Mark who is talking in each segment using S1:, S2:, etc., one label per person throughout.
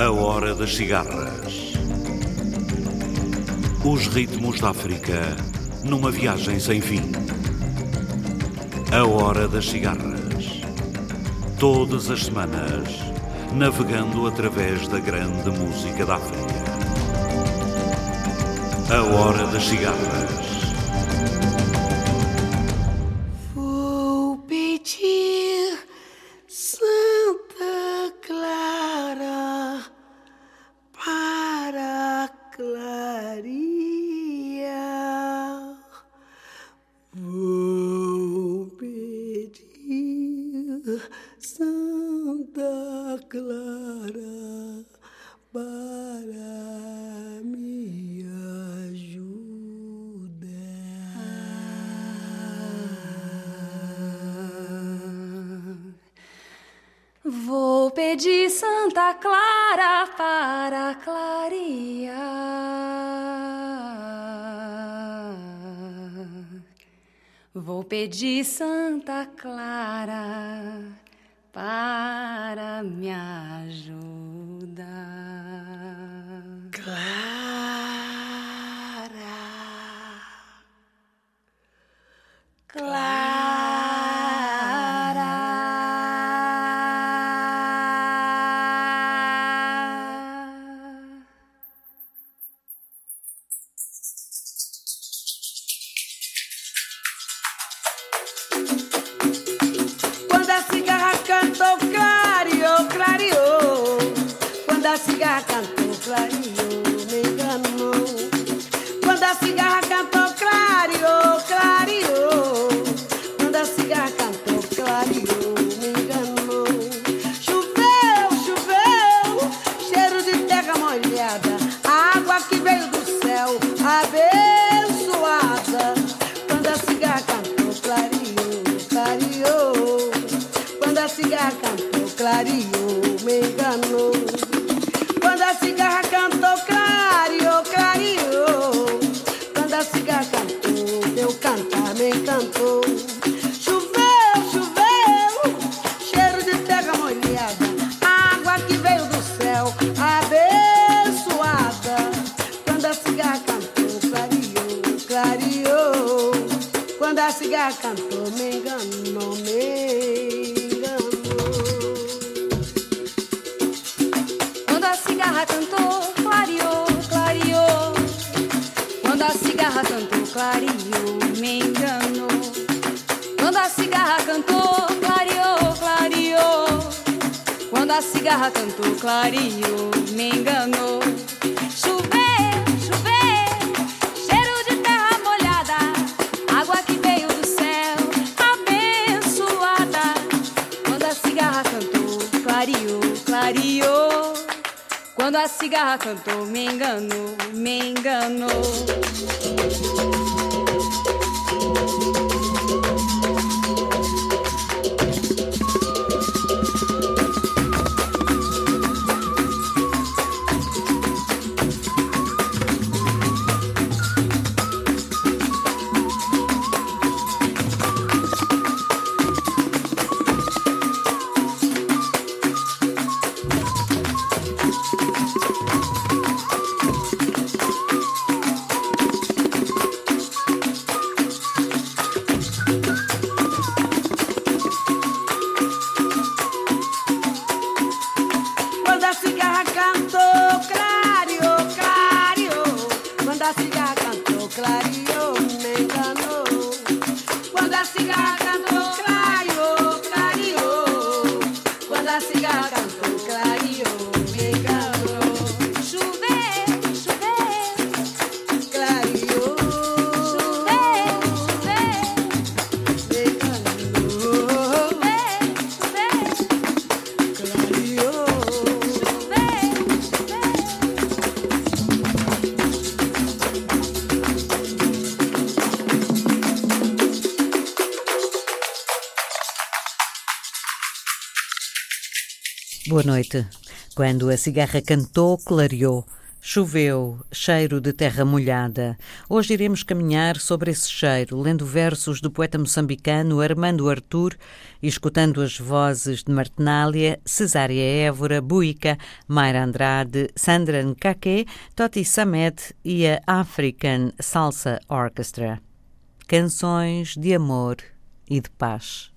S1: A hora das cigarras. Os ritmos da África numa viagem sem fim. A hora das cigarras. Todas as semanas, navegando através da grande música da África. A hora das cigarras.
S2: Vou pedir Santa Clara para clarear. Vou pedir Santa Clara para me ajudar.
S3: Vou pedir Santa Clara para clarear. Vou pedir Santa Clara para me ajudar.
S2: Quando a cigarra cantou, clareou, clareou. Quando a cigarra cantou, clareou, me enganou. Quando a cigarra cantou, clareou, clareou. Quando a cigarra cantou, clareou, me enganou. Choveu, choveu, cheiro de terra molhada, a água que veio do céu, abençoada. Quando a cigarra cantou, clareou, clareou. Quando a cigarra cantou, clareou, me enganou. Quando a cigarra cantou, clareou, clareou. Quando a cigarra cantou, meu cantar me encantou. Choveu, choveu, cheiro de terra molhada, água que veio do céu, abençoada. Quando a cigarra cantou, clareou, clareou. Quando a cigarra cantou, me enganou, me enganou.
S3: Quando a cigarra cantou, clareou, clareou. Quando a cigarra cantou, clareou, me enganou. Quando a cigarra cantou, clareou, clareou. Quando a cigarra cantou, clareou, me enganou. Choveu, choveu, cheiro de terra molhada, água que veio do céu, abençoada. Quando a cigarra cantou, clareou, clareou. Quando a cigarra cantou, me enganou, me enganou.
S2: Quando a cigarra cantou, clareou, clareou. Quando a cigarra cantou, clareou, me enganou. Quando a cigarra cantou, clareou, clareou. Quando a cigarra cantou, clareou, me enganou.
S3: Choveu, choveu,
S2: Clareou,
S3: choveu, choveu,
S2: me enganou.
S3: choveu,
S2: Clareou.
S4: Boa noite. Quando a cigarra cantou, clareou, Choveu, cheiro de terra molhada. Hoje iremos caminhar sobre esse cheiro, lendo versos do poeta moçambicano Armando Artur e escutando as vozes de Martinália, Cesária Évora, Buica, Mayra Andrade, Sandra Nkake, Toti Samet e a African Salsa Orchestra. Canções de amor e de paz.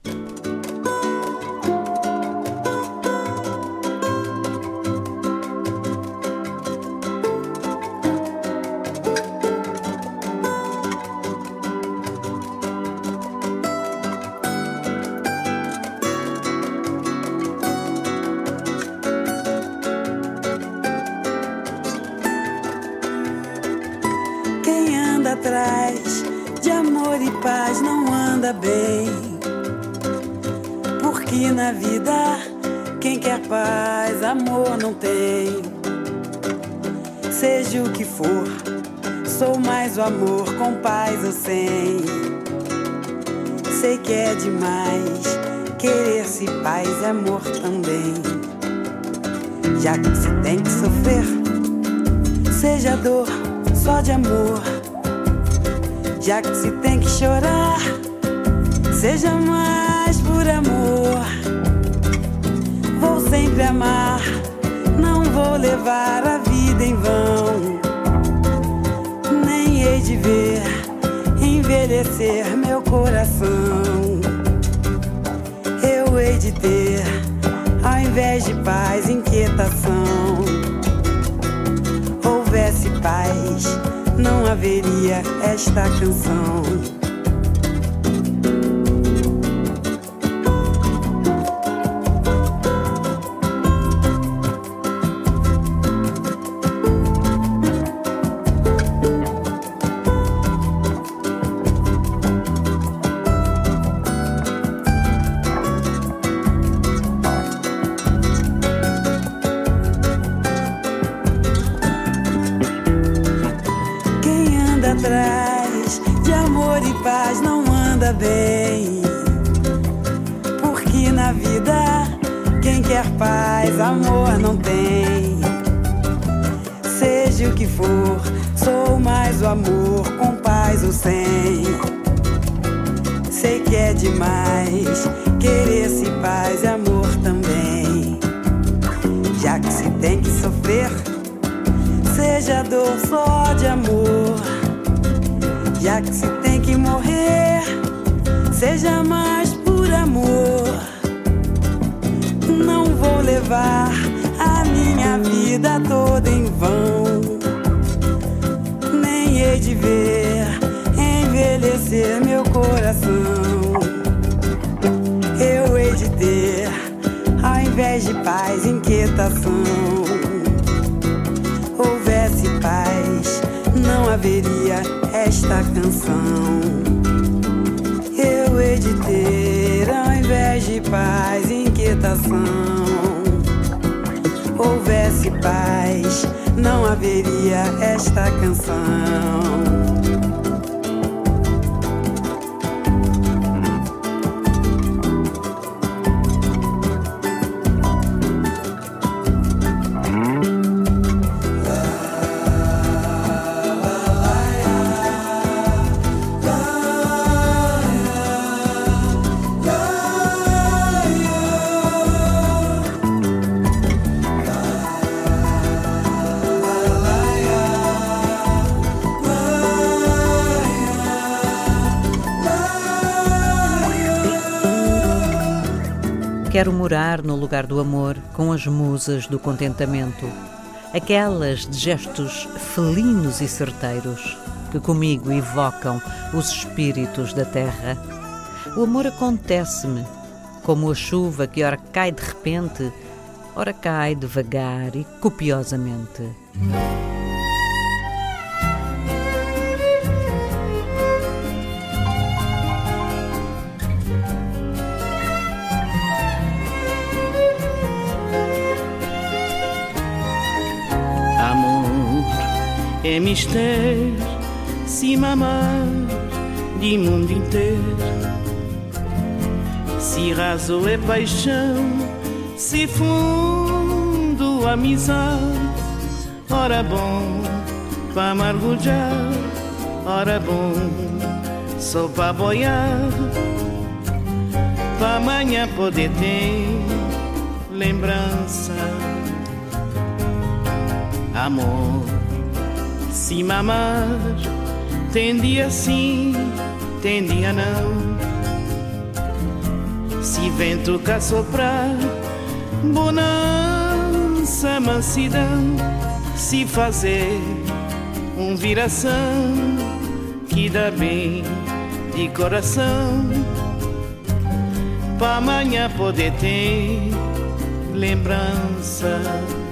S5: Atrás de amor e paz não anda bem, porque na vida quem quer paz, amor não tem. Seja o que for, sou mais o amor com paz ou sem. Sei que é demais querer-se paz e amor também. Já que se tem que sofrer, seja dor só de amor. Já que se tem que chorar, seja mais por amor. Vou sempre amar, não vou levar a vida em vão. Nem hei de ver envelhecer meu coração. Eu hei de ter, ao invés de paz, inquietação. Houvesse paz, não haveria esta canção. Atrás de amor e paz não anda bem, porque na vida quem quer paz, amor não tem. Seja o que for, sou mais o amor com paz ou sem. Sei que é demais querer-se paz e amor também. Já que se tem que sofrer, seja dor só de amor. Já que se tem que morrer, seja mais por amor. Não vou levar a minha vida toda em vão. Nem hei de ver envelhecer meu coração. Eu hei de ter, ao invés de paz, inquietação. Houvesse paz, não haveria esta canção. Eu hei de ter, ao invés de paz, inquietação. Houvesse paz, não haveria esta canção.
S4: Quero morar no lugar do amor com as musas do contentamento, aquelas de gestos felinos e certeiros que comigo evocam os espíritos da terra. O amor acontece-me como a chuva que ora cai de repente, ora cai devagar e copiosamente.
S6: É mistério, se mamar de mundo inteiro. Se raso é paixão, se fundo amizade. Ora bom pra mergulhar, ora bom só pra boiar, pra amanhã poder ter lembrança. Amor, se mamar, tem dia sim, tem dia não. Se vento cá soprar, bonança, mansidão. Se fazer viração que dá bem de coração, pra amanhã poder ter lembrança.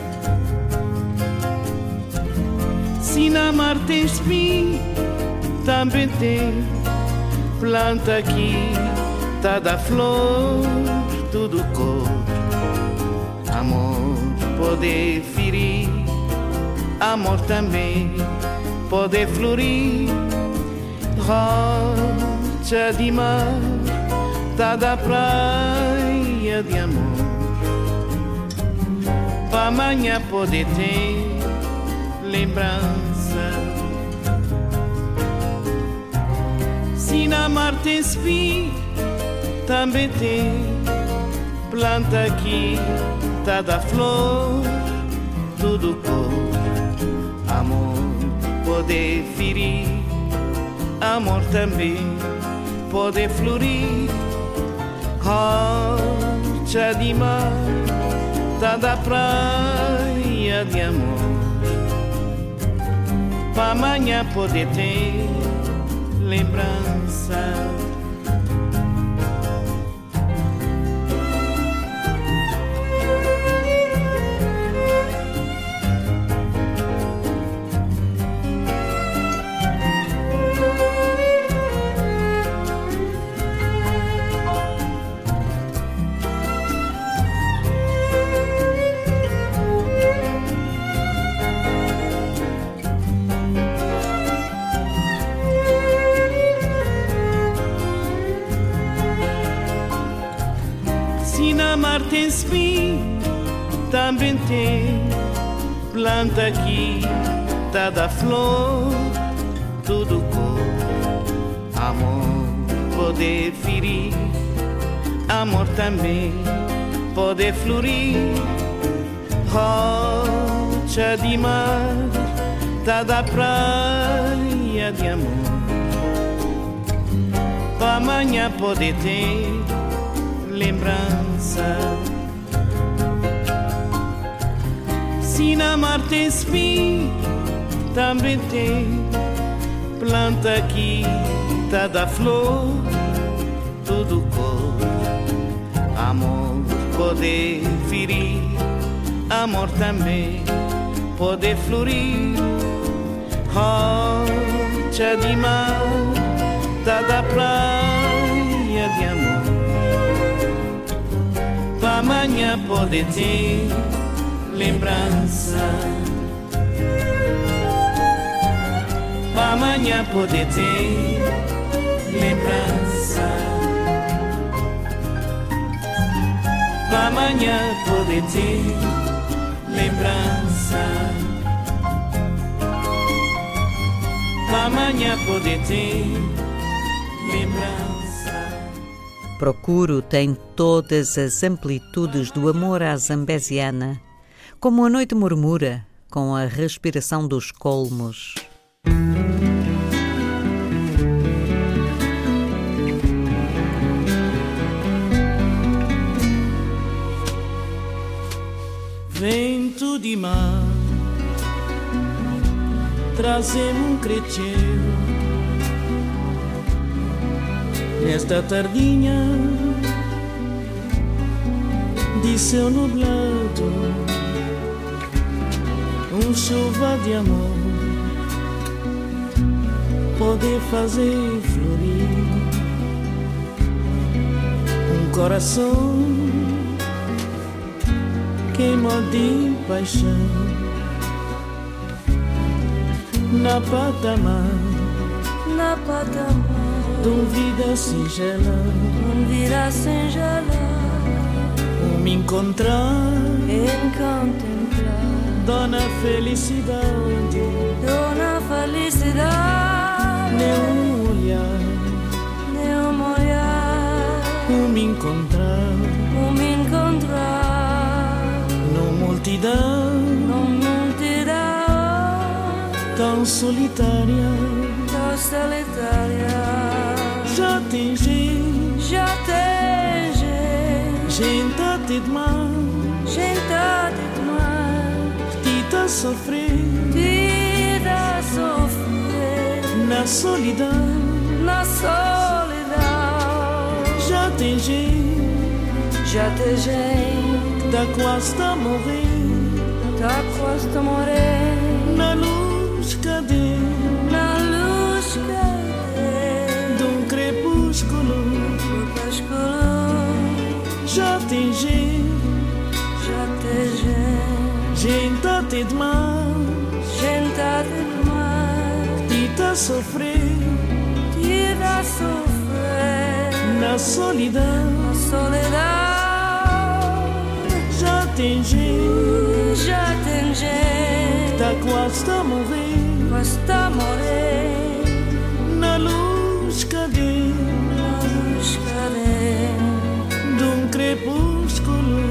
S6: Se na mar tem espinho, também tem planta aqui, tá da flor, tudo cor. Amor poder ferir, amor também poder florir. Rocha de mar, tá da praia de amor, pra amanhã poder ter lembrança. Se na mar tem espinho, também tem planta aqui, tá da flor, tudo cor. Amor poder ferir, amor também poder florir. Rocha de mar, tá da praia de amor, pra amanhã poder ter lembrança. Mar tem espinho, também tem planta aqui, tá da flor, tudo cor. Amor poder ferir, amor também poder florir. Rocha de mar, tá da praia de amor, pra amanhã poder ter lembrança. Se na mar tem espinho, também tem planta aqui, tá da flor, tudo cor. Amor poder ferir, amor também poder florir. Rocha de mar, tá da praia de amor, pra amanhã poder ter lembrança. Pra amanhã poder ter lembrança. Pra amanhã poder ter lembrança. Pra amanhã poder ter lembrança.
S4: Procuro tem todas as amplitudes do amor à zambesiana, como a noite murmura com a respiração dos colmos.
S6: Vento de mar, trazemos crecheiro nesta tardinha de céu nublado, chuva de amor poder fazer florir coração queima de paixão na patamar dúvida singela me encontrar
S3: em contemplar
S6: dona felicidade,
S3: dona felicidade,
S6: nem olhar, me encontrar, numa multidão, tão solitária, já tem gente, gente até demais, que tá sofrendo, na solidão, já tem gente, tá quase a morrer, na luz cadê, de um crepúsculo, já tem gente, gente até demais, que tá sofrendo, na solidão, já tem gente, tá quase a morrer, na luz cadê, de um crepúsculo,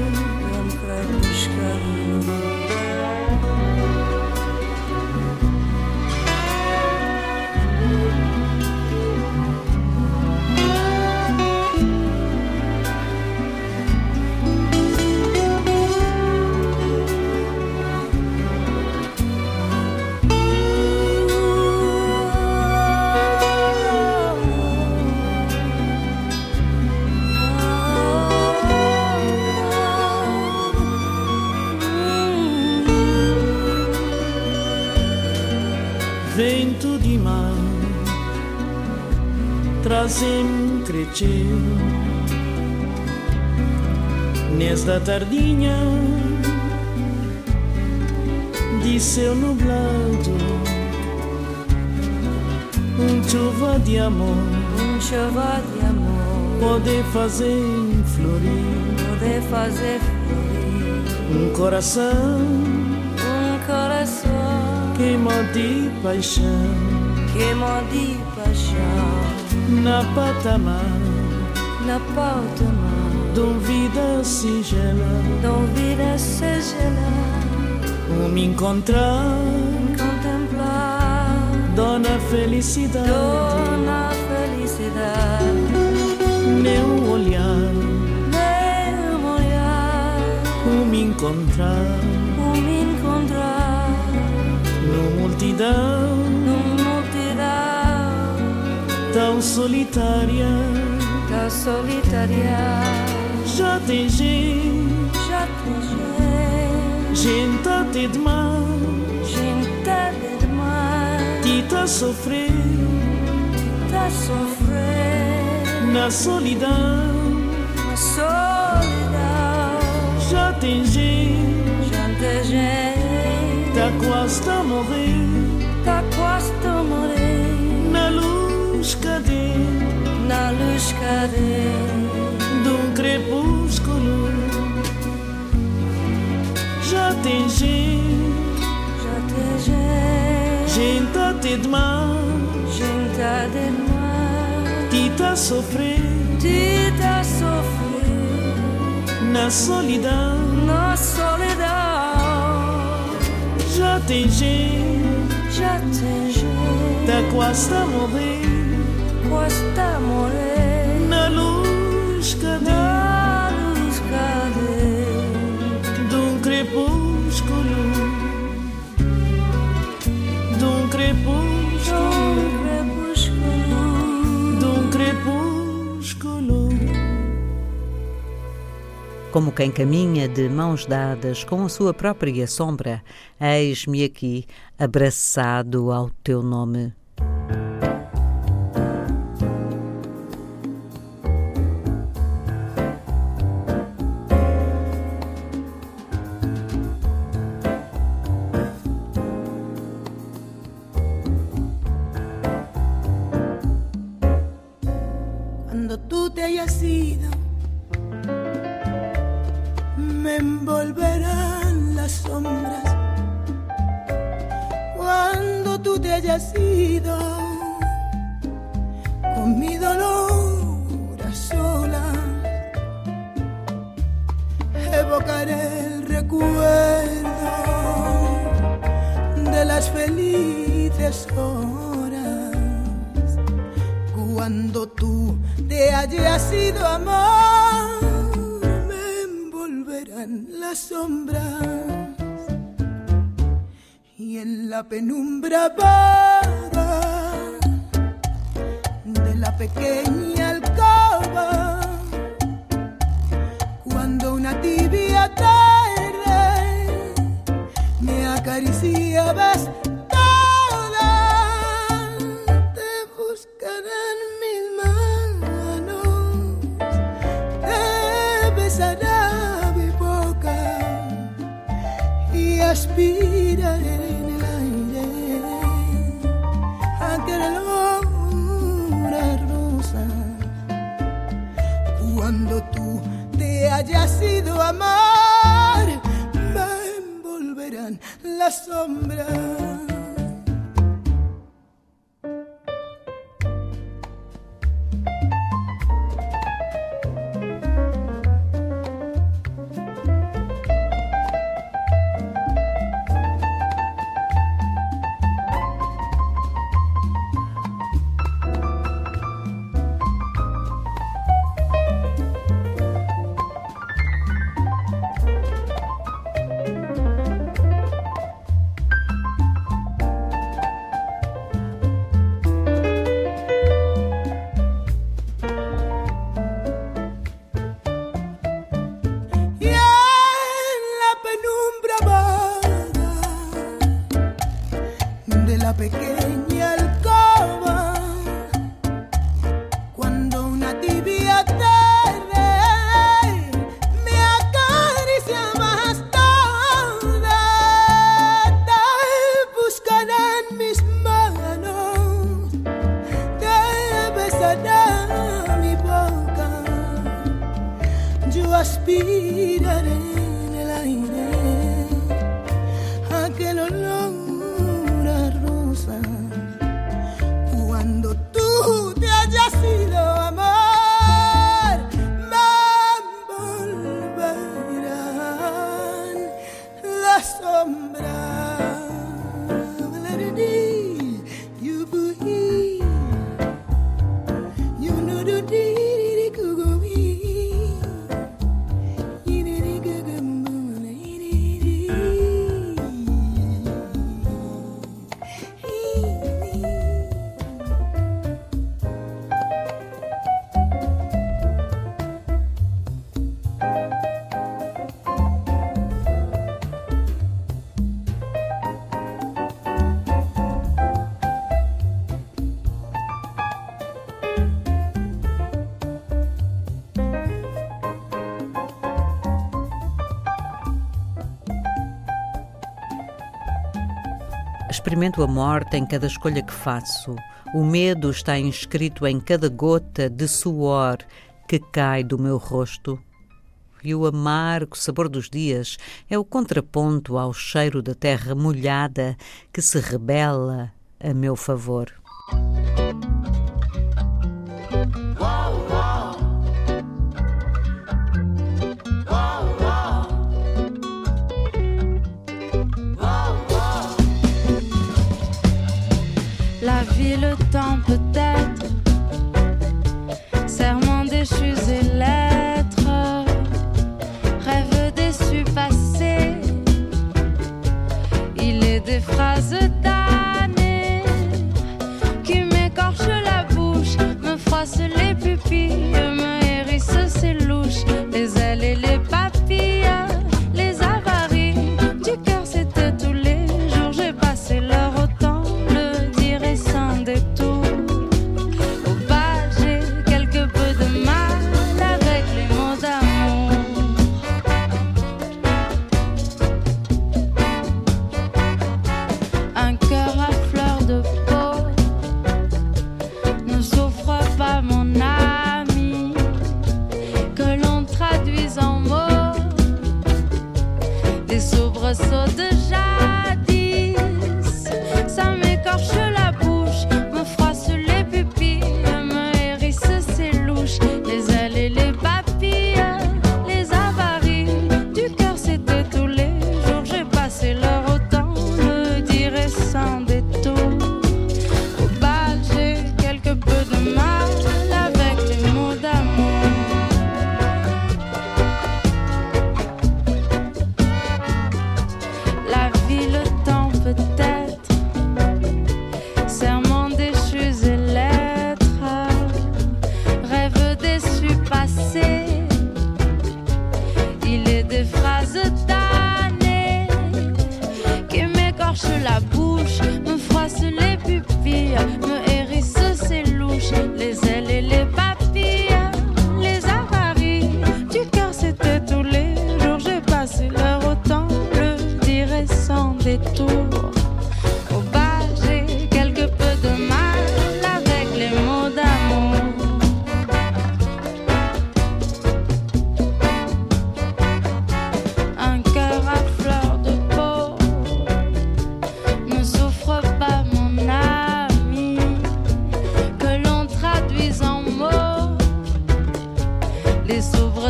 S6: vento de mar, trazem crescer nesta tardinha de céu nublado, chuva de amor, pode fazer florir, coração queima de paixão, na patamar, dúvida singela, me encontrar, dona felicidade, meu olhar, me encontrar, numa multidão, tão solitária, já tem gente, gente até demais, que tá sofrendo, na solidão, já tem gente, tá quase a morrer, na luz cadê, de um crepúsculo, já tem gente, gente até demais, que tá sofrendo, na solidão, já tem gente, tá quase a morrer, na luz cadê, de um crepúsculo, de um crepúsculo.
S4: Como quem caminha de mãos dadas com a sua própria sombra, eis-me aqui, abraçado ao teu nome.
S2: Cuando tú te hayas ido, me envolverán las sombras
S7: cuando tú te hayas ido, con mi dolor a solas, evocaré el recuerdo de las felices horas. Cuando tú te hayas ido, amor, me envolverán las sombras y en la penumbra vaga de la pequeña alcoba, cuando una tibia tarde me acariciabas toda, te buscarán mis manos, te besará mi boca y aspiraré en el aire aquel olor a rosa. Cuando tú te hayas ido, amor, me envolverán las sombras. Pequeña alcoba, cuando una tibia tarde me acariciabas toda, te buscarán mis manos, te besará mi boca, yo aspiraré en el aire aquel olor. Cuando tú te hayas ido, amor, me envolverán las sombras.
S4: Experimento a morte em cada escolha que faço. O medo está inscrito em cada gota de suor que cai do meu rosto. E o amargo sabor dos dias é o contraponto ao cheiro da terra molhada que se rebela a meu favor.
S8: La vie, le temps peut-être, serments déchus et lettres, rêves déçus passés, il est des phrases damnées qui m'écorchent la bouche, me froissent les pupilles, me hérissent ses louches, les ailes et les papilles, les avaries du cœur, c'était tous les jours, j'ai passé l'heure au temps. Au bas, j'ai quelque peu de mal avec les mots d'amour. Un cœur à fleur de peau ne souffre pas, mon ami, que l'on traduise en mots des soubresauts de jadis.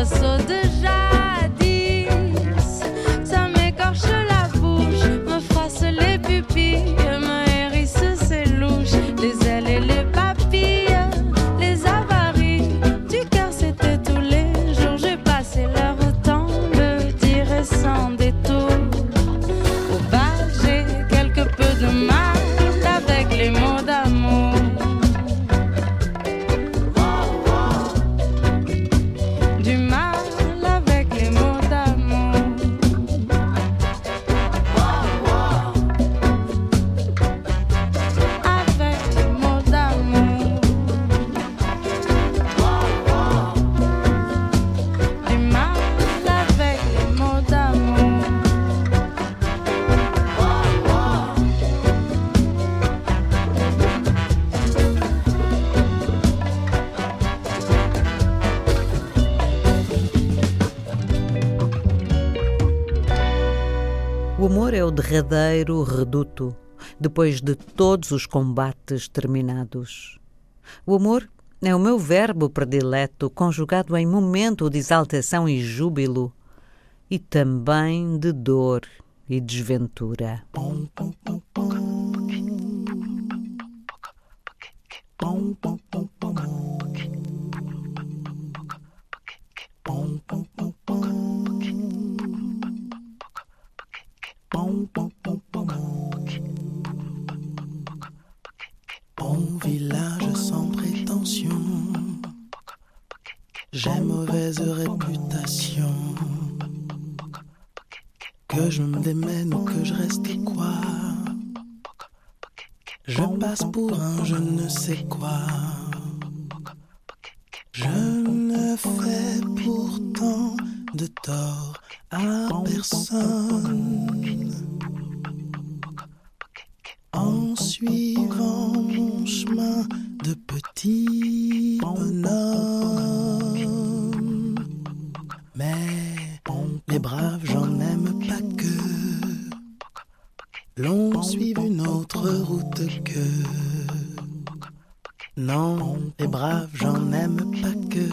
S8: soubresauts de jadis. Ça m'écorche la bouche, me froisse les pupilles, me hérisse ses louches, les ailes et les papilles, les avaries du cœur, c'était tous les jours. J'ai passé leur temps de dire et sans détour. Au bal, j'ai quelque peu de mal avec les mots d'amour. Du mal avec les mots d'amour. Avec les mots d'amour. Du mal avec les mots d'amour.
S4: O amor é o derradeiro reduto, depois de todos os combates terminados. O amor é o meu verbo predileto, conjugado em momento de exaltação e júbilo, e também de dor e desventura.
S9: Bon village sans prétention, j'ai mauvaise réputation. Que je me démène ou que je reste quoi, je passe pour un je ne sais quoi. Je ne fais pourtant de tort à personne en suivant mon chemin de petit bonhomme. Mais les braves, j'en aime pas que l'on suive une autre route que. Non, les braves, j'en aime pas que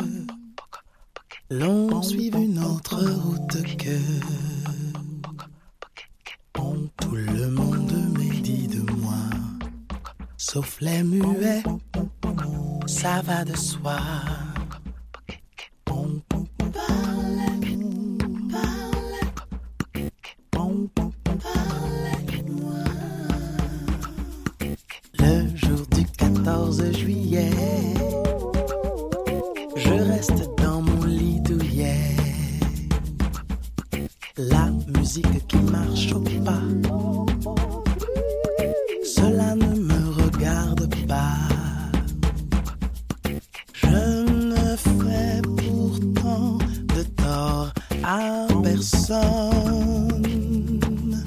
S9: l'on suive une autre route que. Tout le monde médit de moi, sauf les muets, ça va de soi. Le jour du 14 juillet, je reste dans mon lit douillet. La musique qui marche au pas, cela ne me regarde pas. Je ne fais pourtant de tort à personne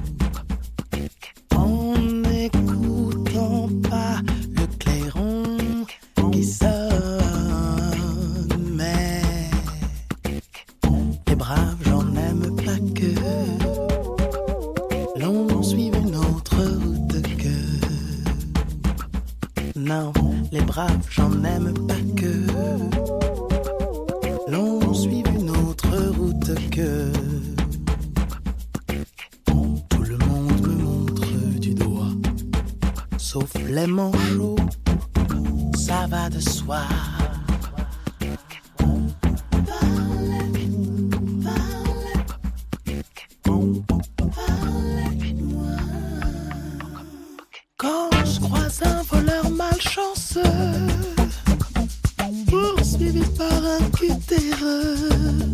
S9: en n'écoutant pas le clairon qui sonne. Mais les braves, j'en aime pas que l'on suive une autre route que. Non, les braves, j'en aime pas que l'on suive une autre route que. Tout le monde me montre du doigt, sauf les manchots, ça va de soi. Quand je croise un voleur malchanceux, poursuivi par un cutéreux,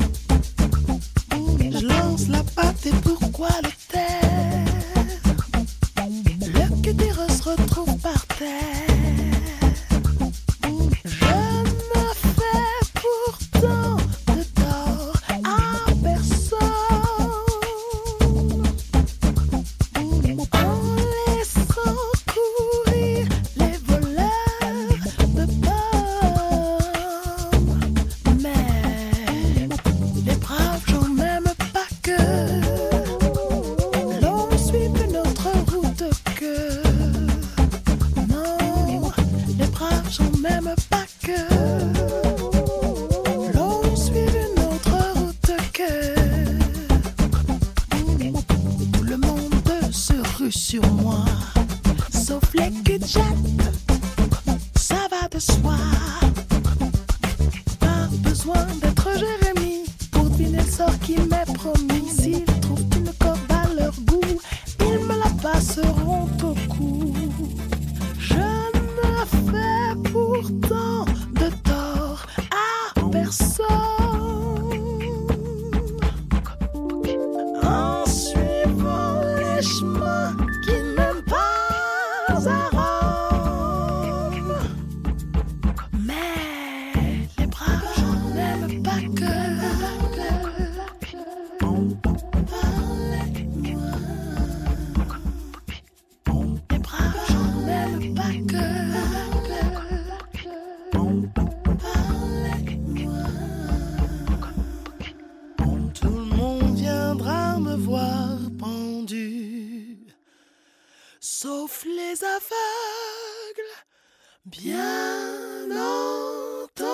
S9: je lance la patte et pourquoi le taire? Le cutéreux se retrouve par terre. Je ne fais pourtant de tort à personne en laissant courir les voleurs de pommes. Mais les braves, j'en aime pas que l'on suive une autre route que. Non, les braves, j'en aime pas que l'on suive sur moi, sauf les culs de jatte, ça va de soi. Pas besoin d'être Jérémie pour deviner le sort qui m'est promis. S'ils trouvent une corde à leur goût, ils me la passeront au cou. Je ne fais pourtant de tort à personne en suivant les chemins qui mènent pas à Rome. Mais les braves gens n'aiment pas que on parle de moi. Les braves gens n'aiment pas que on parle de moi. Tout le monde viendra me voir pendu, sauf les aveugles, bien entendu.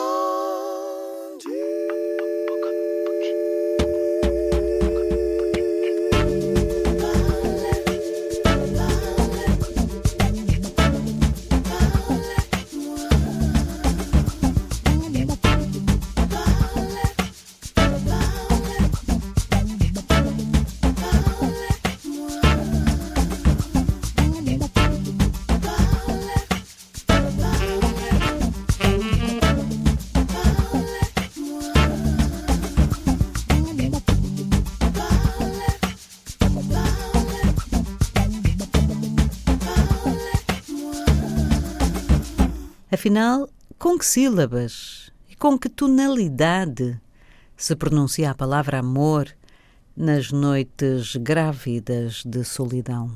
S4: Afinal, com que sílabas e com que tonalidade se pronuncia a palavra amor nas noites grávidas de solidão?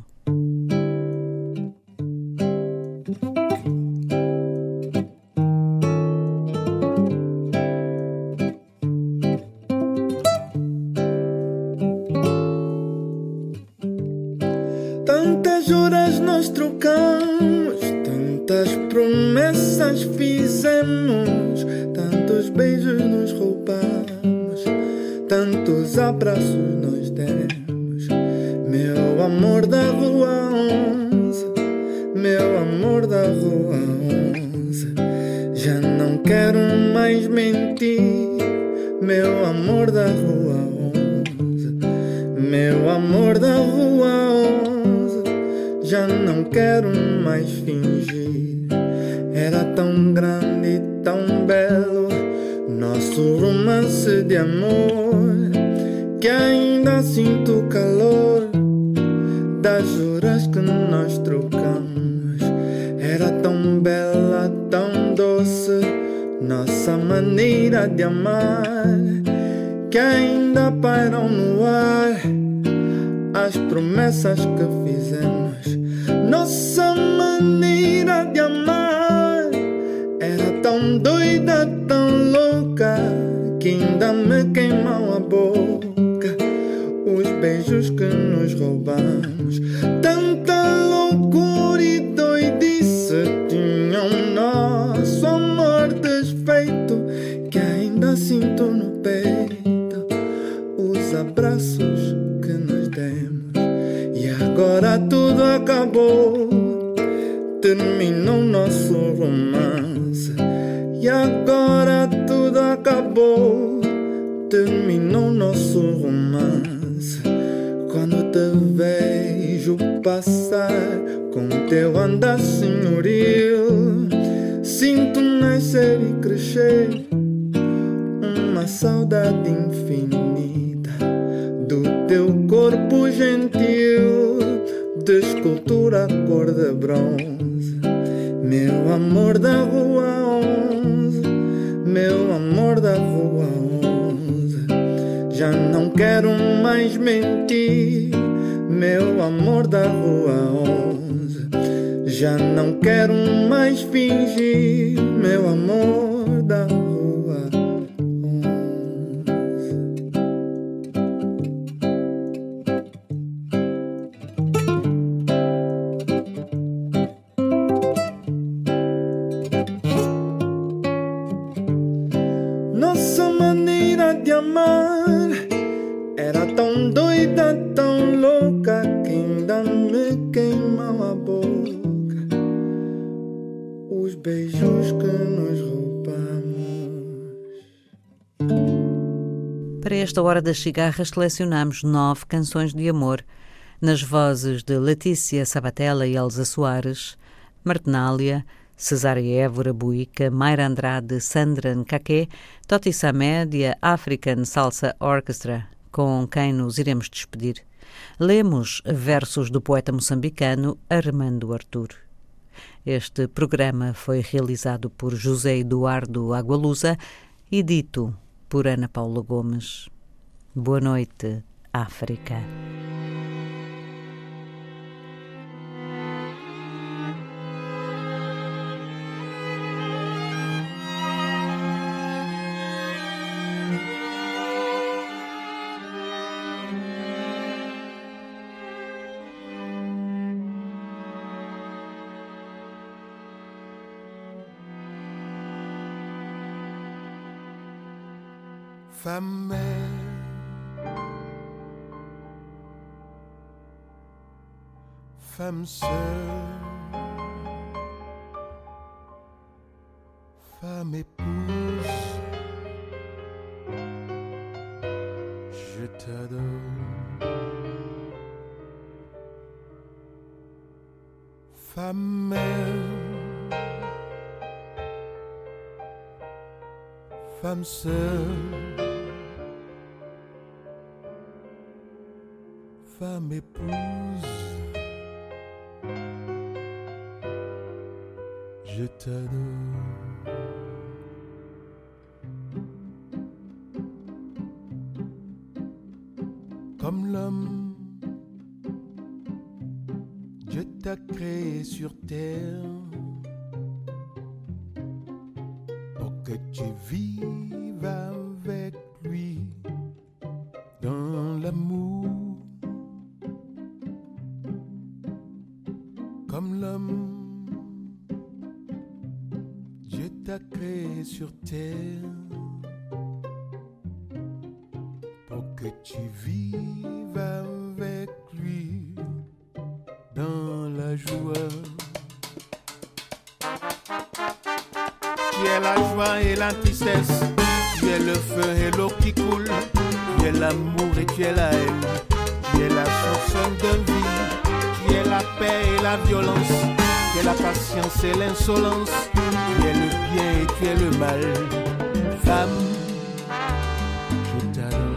S10: Tantas juras nós trocamos, tantas promessas fizemos, tantos beijos nos roubamos, tantos abraços nós demos. Meu amor da rua 11, meu amor da rua 11, já não quero mais mentir. Meu amor da rua 11, meu amor da rua 11, já não quero mais fingir. Era tão grande e tão belo nosso romance de amor, que ainda sinto o calor das juras que nós trocamos. Era tão bela, tão doce nossa maneira de amar, que ainda pairam no ar as promessas que fizemos. Nossa maneira de amar era tão doida, tão louca, que ainda me queimam a boca os beijos que nos roubamos. Tanta loucura e doidice tinham nosso amor desfeito, que ainda sinto no peito os abraços que nos demos. E agora tudo acabou, terminou nosso romance. E agora tudo acabou, terminou nosso romance. Quando te vejo passar com teu andar senhoril, sinto nascer e crescer uma saudade infinita do teu corpo gentil, de escultura cor de bronze. Meu amor da rua 11, meu amor da rua 11, já não quero mais mentir. Meu amor da rua 11, já não quero mais fingir. Meu amor da rua 11. Nossa maneira de amar era tão doida, tão louca, que ainda me queimam a boca os beijos que nos roubamos.
S4: Para esta Hora das Cigarras selecionamos 9 canções de amor nas vozes de Letícia Sabatella e Elza Soares, Martinália, Cesária Évora Buica, Mayra Andrade, Sandra Nkaké, Toti Samed e a African Salsa Orchestra, com quem nos iremos despedir. Lemos versos do poeta moçambicano Armando Artur. Este programa foi realizado por José Eduardo Agualusa e dito por Ana Paula Gomes. Boa noite, África.
S11: Femme mère, femme sœur, femme épouse, je t'adore. Femme mère, femme sœur, femme épouse, je t'adore. Comme l'homme, Dieu t'a créé sur terre pour que tu vives avec lui dans l'amour. Comme l'homme, Dieu t'a créé sur terre pour que tu vives avec lui dans la joie. Tu es la joie et la tristesse, tu es le feu et l'eau qui coule, tu es l'amour et tu es la haine, tu es la chanson de vie. Tu es la paix et la violence, tu es la patience et l'insolence, tu es le bien et tu es le mal. Femme, je t'adore.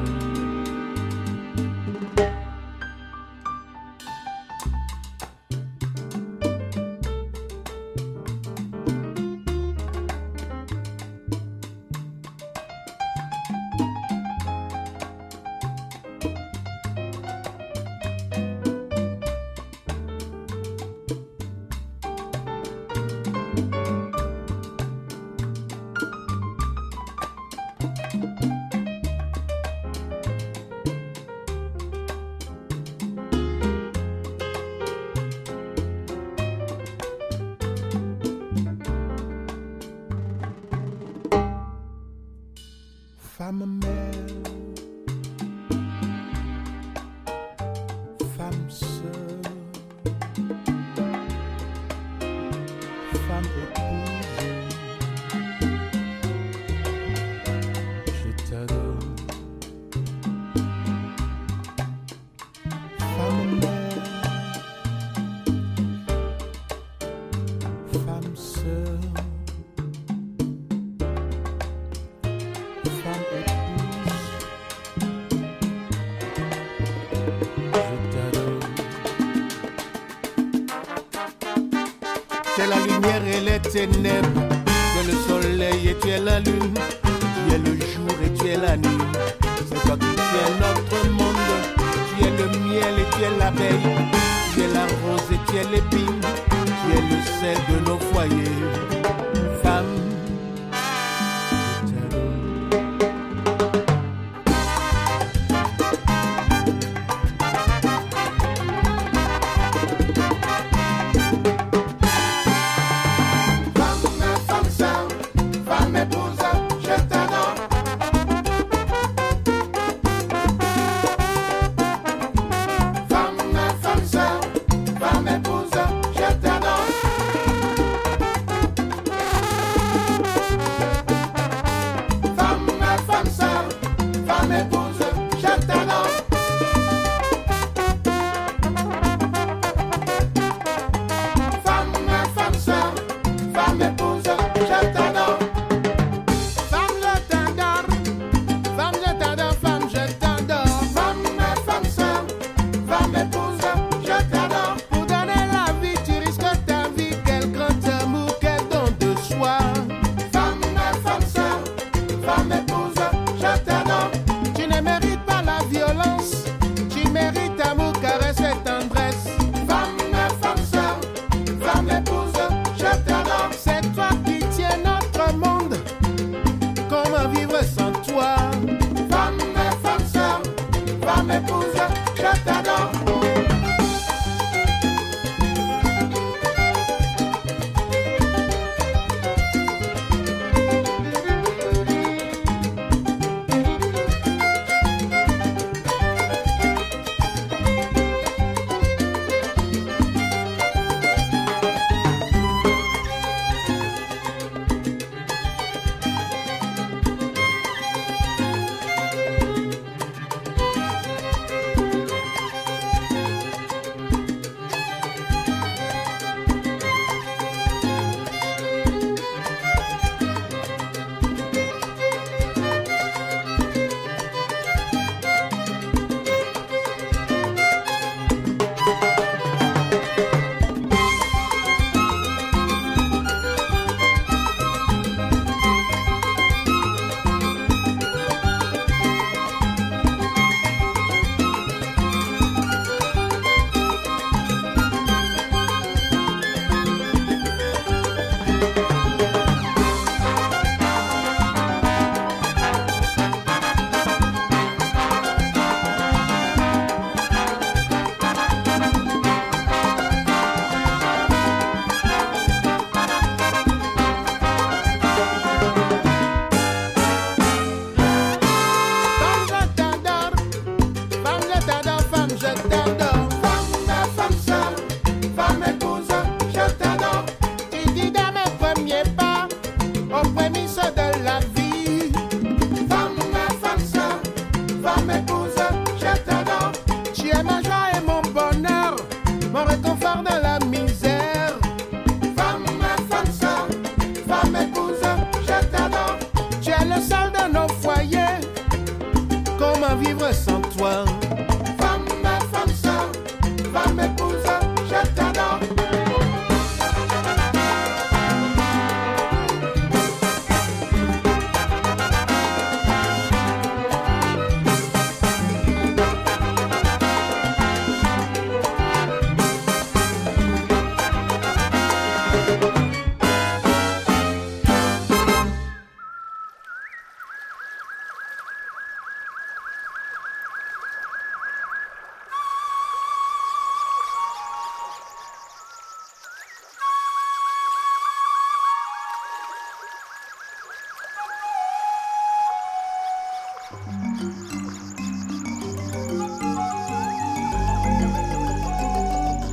S11: Femme mère, femme sœur, femme épouse, je t'adore. Femme mère, femme sœur, femme épouse, je t'adore. Tu es la lumière et les ténèbres, tu es le soleil et tu es la lune, tu es le jour et tu es la nuit. C'est toi qui tiens notre monde, tu es le miel et tu es l'abeille, tu es la rose et tu es l'épine, tu es le sel de nos foyers. Femme, femme sœur,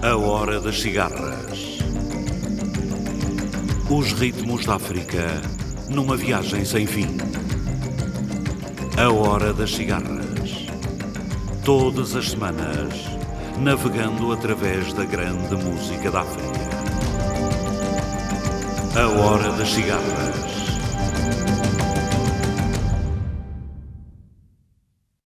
S1: A Hora das Cigarras. Os ritmos da África numa viagem sem fim. A Hora das Cigarras. Todas as semanas, navegando através da grande música da África. A Hora das Cigarras.